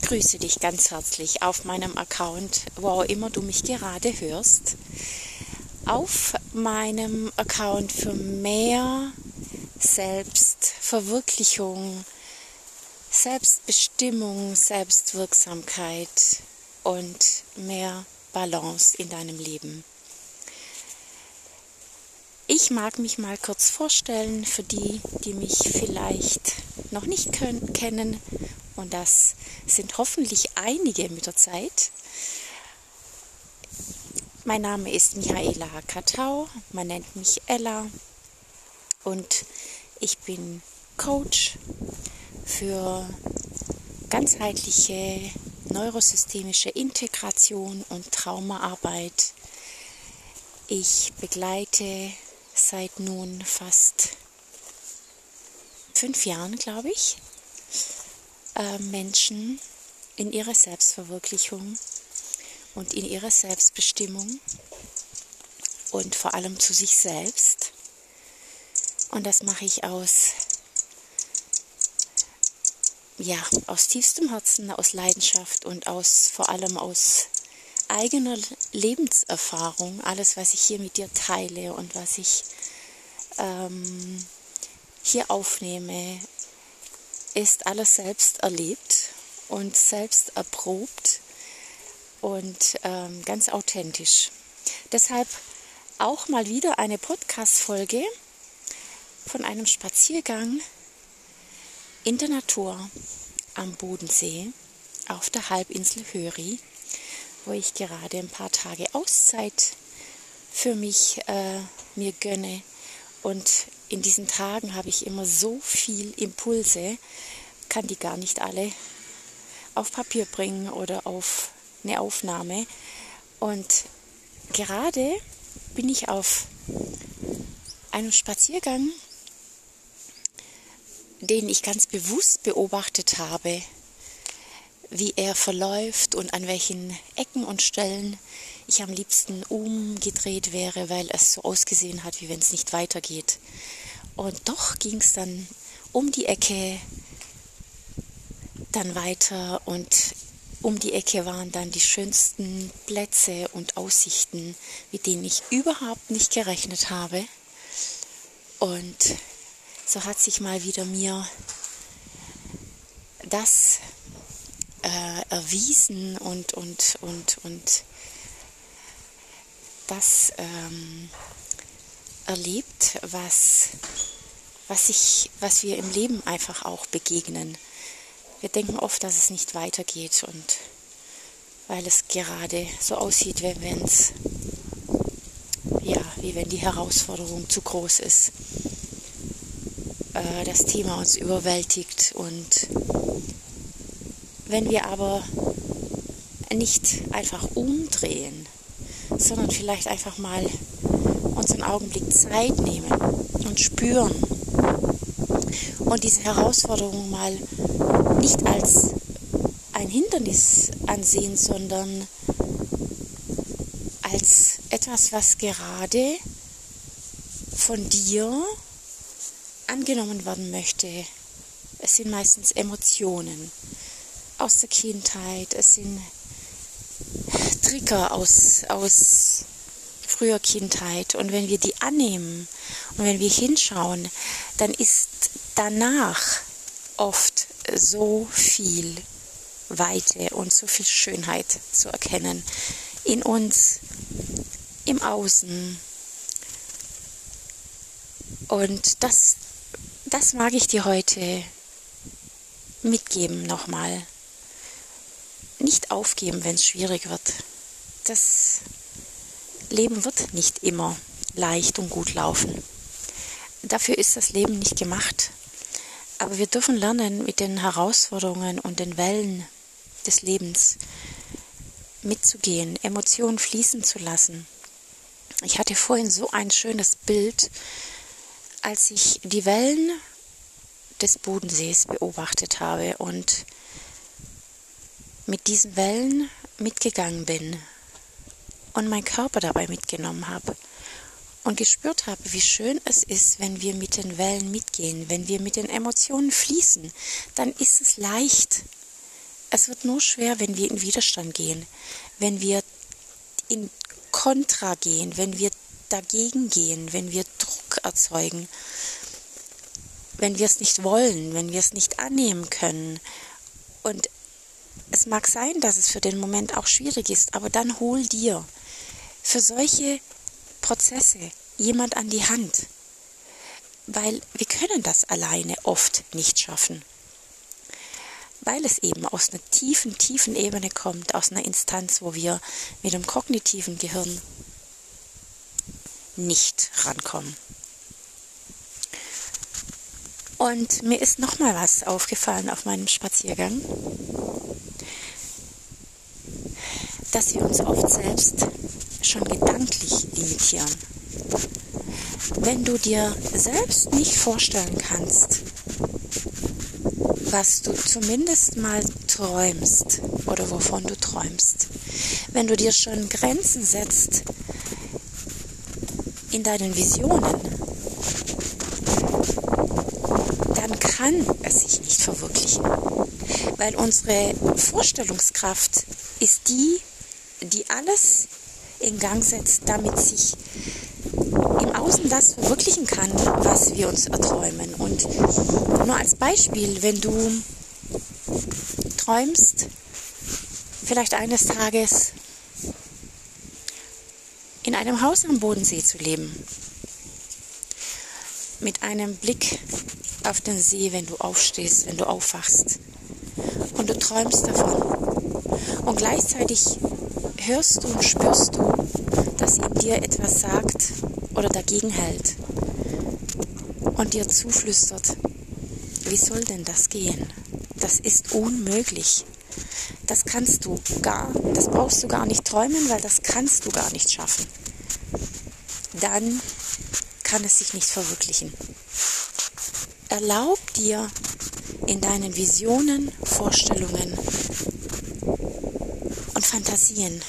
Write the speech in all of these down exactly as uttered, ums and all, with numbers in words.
grüße dich ganz herzlich auf meinem Account, wo auch immer du mich gerade hörst. Auf meinem Account für mehr Selbstverwirklichung, Selbstbestimmung, Selbstwirksamkeit und mehr Balance in deinem Leben. Ich mag mich mal kurz vorstellen für die, die mich vielleicht noch nicht können, kennen. Und das sind hoffentlich einige mit der Zeit. Mein Name ist Michaela Katau, man nennt mich Ella. Und ich bin Coach für ganzheitliche neurosystemische Integration und Traumaarbeit. Ich begleite seit nun fast fünf Jahren, glaube ich, äh, Menschen in ihrer Selbstverwirklichung und in ihrer Selbstbestimmung und vor allem zu sich selbst. Und das mache ich aus, ja, aus tiefstem Herzen, aus Leidenschaft und aus vor allem aus eigener Lebenserfahrung. Alles, was ich hier mit dir teile und was ich ähm, hier aufnehme, ist alles selbst erlebt und selbst erprobt und ähm, ganz authentisch. Deshalb auch mal wieder eine Podcast-Folge von einem Spaziergang in der Natur am Bodensee auf der Halbinsel Höri, wo ich gerade ein paar Tage Auszeit für mich äh, mir gönne. Und in diesen Tagen habe ich immer so viel Impulse, kann die gar nicht alle auf Papier bringen oder auf eine Aufnahme. Und gerade bin ich auf einem Spaziergang, den ich ganz bewusst beobachtet habe, wie er verläuft und an welchen Ecken und Stellen ich am liebsten umgedreht wäre, weil es so ausgesehen hat, wie wenn es nicht weitergeht. Und doch ging es dann um die Ecke, dann weiter und um die Ecke waren dann die schönsten Plätze und Aussichten, mit denen ich überhaupt nicht gerechnet habe. Und so hat sich mal wieder mir das äh, erwiesen und, und, und, und das ähm, erlebt, was, was, ich, was wir im Leben einfach auch begegnen. Wir denken oft, dass es nicht weitergeht und weil es gerade so aussieht, wie wenn es, ja, wie wenn die Herausforderung zu groß ist, äh, das Thema uns überwältigt. Und wenn wir aber nicht einfach umdrehen, sondern vielleicht einfach mal uns einen Augenblick Zeit nehmen und spüren und diese Herausforderung mal nicht als ein Hindernis ansehen, sondern als etwas, was gerade von dir angenommen werden möchte. Es sind meistens Emotionen aus der Kindheit, es sind Trigger aus, aus früher Kindheit. Und wenn wir die annehmen und wenn wir hinschauen, dann ist danach oft so viel Weite und so viel Schönheit zu erkennen. In uns, im Außen. Und das, das mag ich dir heute mitgeben nochmal. Nicht aufgeben, wenn es schwierig wird. Das Leben wird nicht immer leicht und gut laufen. Dafür ist das Leben nicht gemacht. Aber wir dürfen lernen, mit den Herausforderungen und den Wellen des Lebens mitzugehen, Emotionen fließen zu lassen. Ich hatte vorhin so ein schönes Bild, als ich die Wellen des Bodensees beobachtet habe und mit diesen Wellen mitgegangen bin und meinen Körper dabei mitgenommen habe und gespürt habe, wie schön es ist, wenn wir mit den Wellen mitgehen, wenn wir mit den Emotionen fließen, dann ist es leicht, Es wird nur schwer, wenn wir in Widerstand gehen, wenn wir in Kontra gehen, wenn wir dagegen gehen, wenn wir Druck erzeugen, wenn wir es nicht wollen, wenn wir es nicht annehmen können. Und es mag sein, dass es für den Moment auch schwierig ist, aber dann hol dir für solche Prozesse jemand an die Hand, weil wir können das alleine oft nicht schaffen, weil es eben aus einer tiefen, tiefen Ebene kommt, aus einer Instanz, wo wir mit dem kognitiven Gehirn nicht rankommen. Und mir ist noch mal was aufgefallen auf meinem Spaziergang, dass wir uns oft selbst schon gedanklich limitieren. Wenn du dir selbst nicht vorstellen kannst, was du zumindest mal träumst oder wovon du träumst, wenn du dir schon Grenzen setzt in deinen Visionen, dann kann es sich nicht verwirklichen. Weil unsere Vorstellungskraft ist die, die alles in Gang setzt, damit sich im Außen das verwirklichen kann, was wir uns erträumen. Und nur als Beispiel, wenn du träumst, vielleicht eines Tages in einem Haus am Bodensee zu leben, mit einem Blick auf den See, wenn du aufstehst, wenn du aufwachst, und du träumst davon. Und gleichzeitig hörst du und spürst du, dass in dir etwas sagt oder dagegen hält und dir zuflüstert, wie soll denn das gehen? Das ist unmöglich. Das kannst du gar, das brauchst du gar nicht träumen, weil das kannst du gar nicht schaffen. Dann kann es sich nicht verwirklichen. Erlaub dir in deinen Visionen, Vorstellungen und Fantasien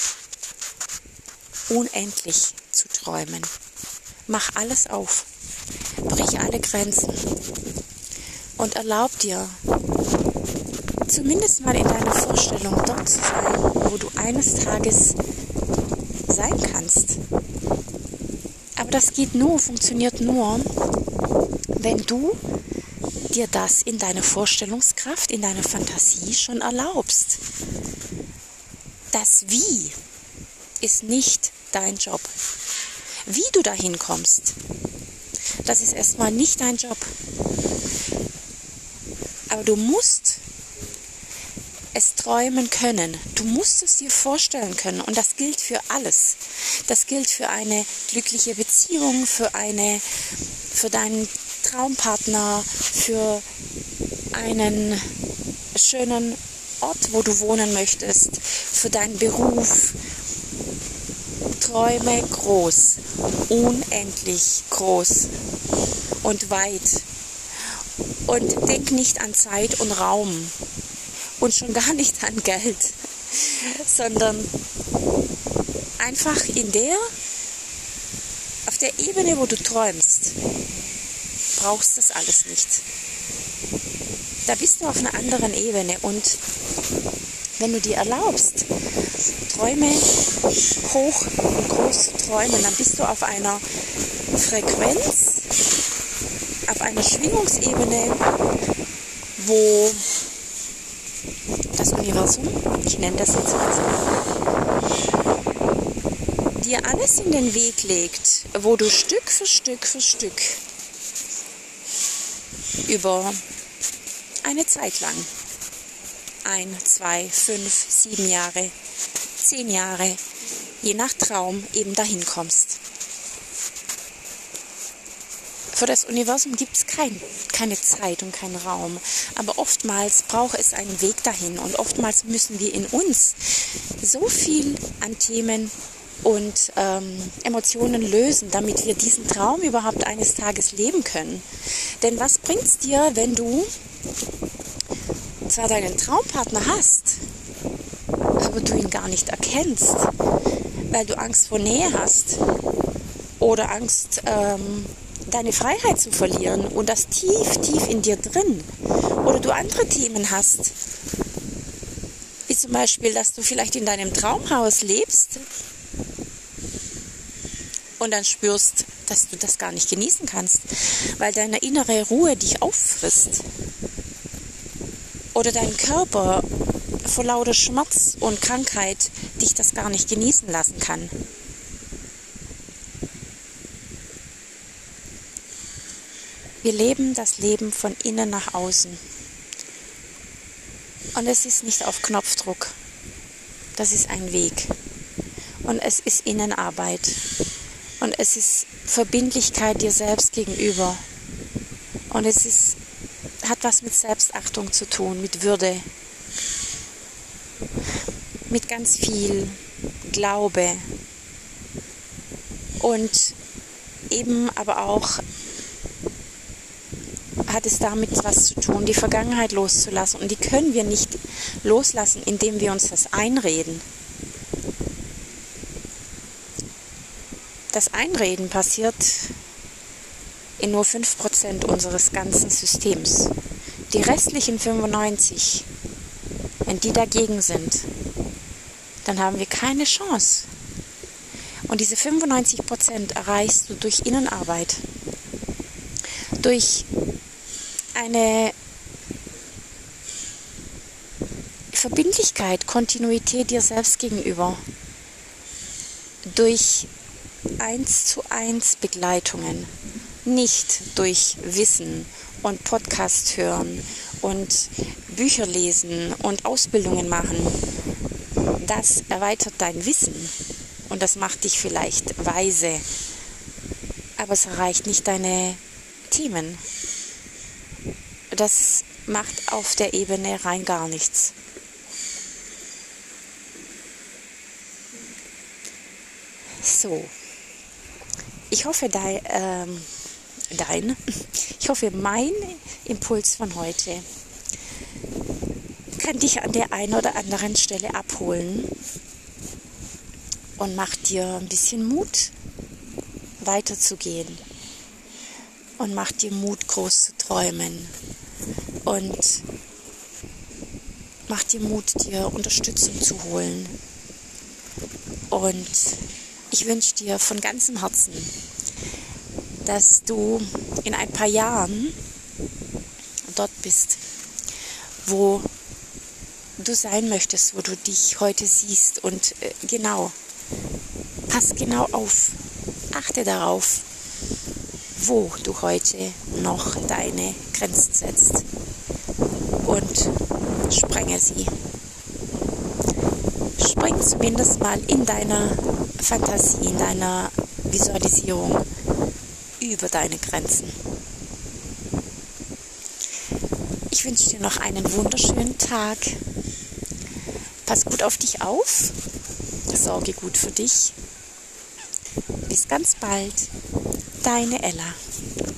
unendlich zu träumen. Mach alles auf, brich alle Grenzen und erlaub dir, zumindest mal in deiner Vorstellung dort zu sein, wo du eines Tages sein kannst. Aber das geht nur, funktioniert nur, wenn du dir das in deiner Vorstellungskraft, in deiner Fantasie schon erlaubst. Das Wie ist nicht dein Job. Wie du dahin kommst, das ist erstmal nicht dein Job. Aber du musst es träumen können. Du musst es dir vorstellen können. Und das gilt für alles. Das gilt für eine glückliche Beziehung, für eine, für deinen Traumpartner, für einen schönen Ort, wo du wohnen möchtest, für deinen Beruf. Träume groß, unendlich groß und weit. Und denk nicht an Zeit und Raum und schon gar nicht an Geld, sondern einfach in der, auf der Ebene, wo du träumst, brauchst das alles nicht. Da bist du auf einer anderen Ebene und wenn du dir erlaubst, Träume hoch und groß zu träumen, dann bist du auf einer Frequenz, auf einer Schwingungsebene, wo das Universum, ich nenne das jetzt mal so, dir alles in den Weg legt, wo du Stück für Stück für Stück über eine Zeit lang, ein, zwei, fünf, sieben Jahre, zehn Jahre, je nach Traum eben dahin kommst. Für das Universum gibt es kein, keine Zeit und keinen Raum, aber oftmals braucht es einen Weg dahin und oftmals müssen wir in uns so viel an Themen und ähm, Emotionen lösen, damit wir diesen Traum überhaupt eines Tages leben können. Denn was bringt es dir, wenn du zwar deinen Traumpartner hast, aber du ihn gar nicht erkennst, weil du Angst vor Nähe hast oder Angst, ähm, deine Freiheit zu verlieren und das tief, tief in dir drin, oder du andere Themen hast, zum Beispiel, dass du vielleicht in deinem Traumhaus lebst und dann spürst, dass du das gar nicht genießen kannst, weil deine innere Ruhe dich auffrisst. Oder dein Körper vor lauter Schmerz und Krankheit dich das gar nicht genießen lassen kann. Wir leben das Leben von innen nach außen. Und es ist nicht auf Knopfdruck. Das ist ein Weg. Und es ist Innenarbeit. Und es ist Verbindlichkeit dir selbst gegenüber. Und es ist, hat was mit Selbstachtung zu tun, mit Würde, mit ganz viel Glaube und eben aber auch hat es damit was zu tun, die Vergangenheit loszulassen. Und die können wir nicht loslassen, indem wir uns das einreden. Das Einreden passiert in nur fünf Prozent unseres ganzen Systems. Die restlichen fünfundneunzig, wenn die dagegen sind, dann haben wir keine Chance. Und diese fünfundneunzig Prozent erreichst du durch Innenarbeit, durch eine Verbindlichkeit, Kontinuität dir selbst gegenüber, durch eins zu eins Begleitungen, nicht durch Wissen und Podcast hören und Bücher lesen und Ausbildungen machen. Das erweitert dein Wissen und das macht dich vielleicht weise, aber es erreicht nicht deine Themen. Das macht auf der Ebene rein gar nichts. So, ich hoffe, dein, ähm, dein, ich hoffe, mein Impuls von heute kann dich an der einen oder anderen Stelle abholen und macht dir ein bisschen Mut, weiterzugehen und macht dir Mut, groß zu träumen und macht dir Mut, dir Unterstützung zu holen. Und ich wünsche dir von ganzem Herzen, dass du in ein paar Jahren dort bist, wo du sein möchtest, wo du dich heute siehst. Und äh, genau, pass genau auf, achte darauf, wo du heute noch deine Grenzen setzt und sprenge sie. Spring zumindest mal in deiner Fantasie, in deiner Visualisierung über deine Grenzen. Ich wünsche dir noch einen wunderschönen Tag. Pass gut auf dich auf. Sorge gut für dich. Bis ganz bald. Deine Ella.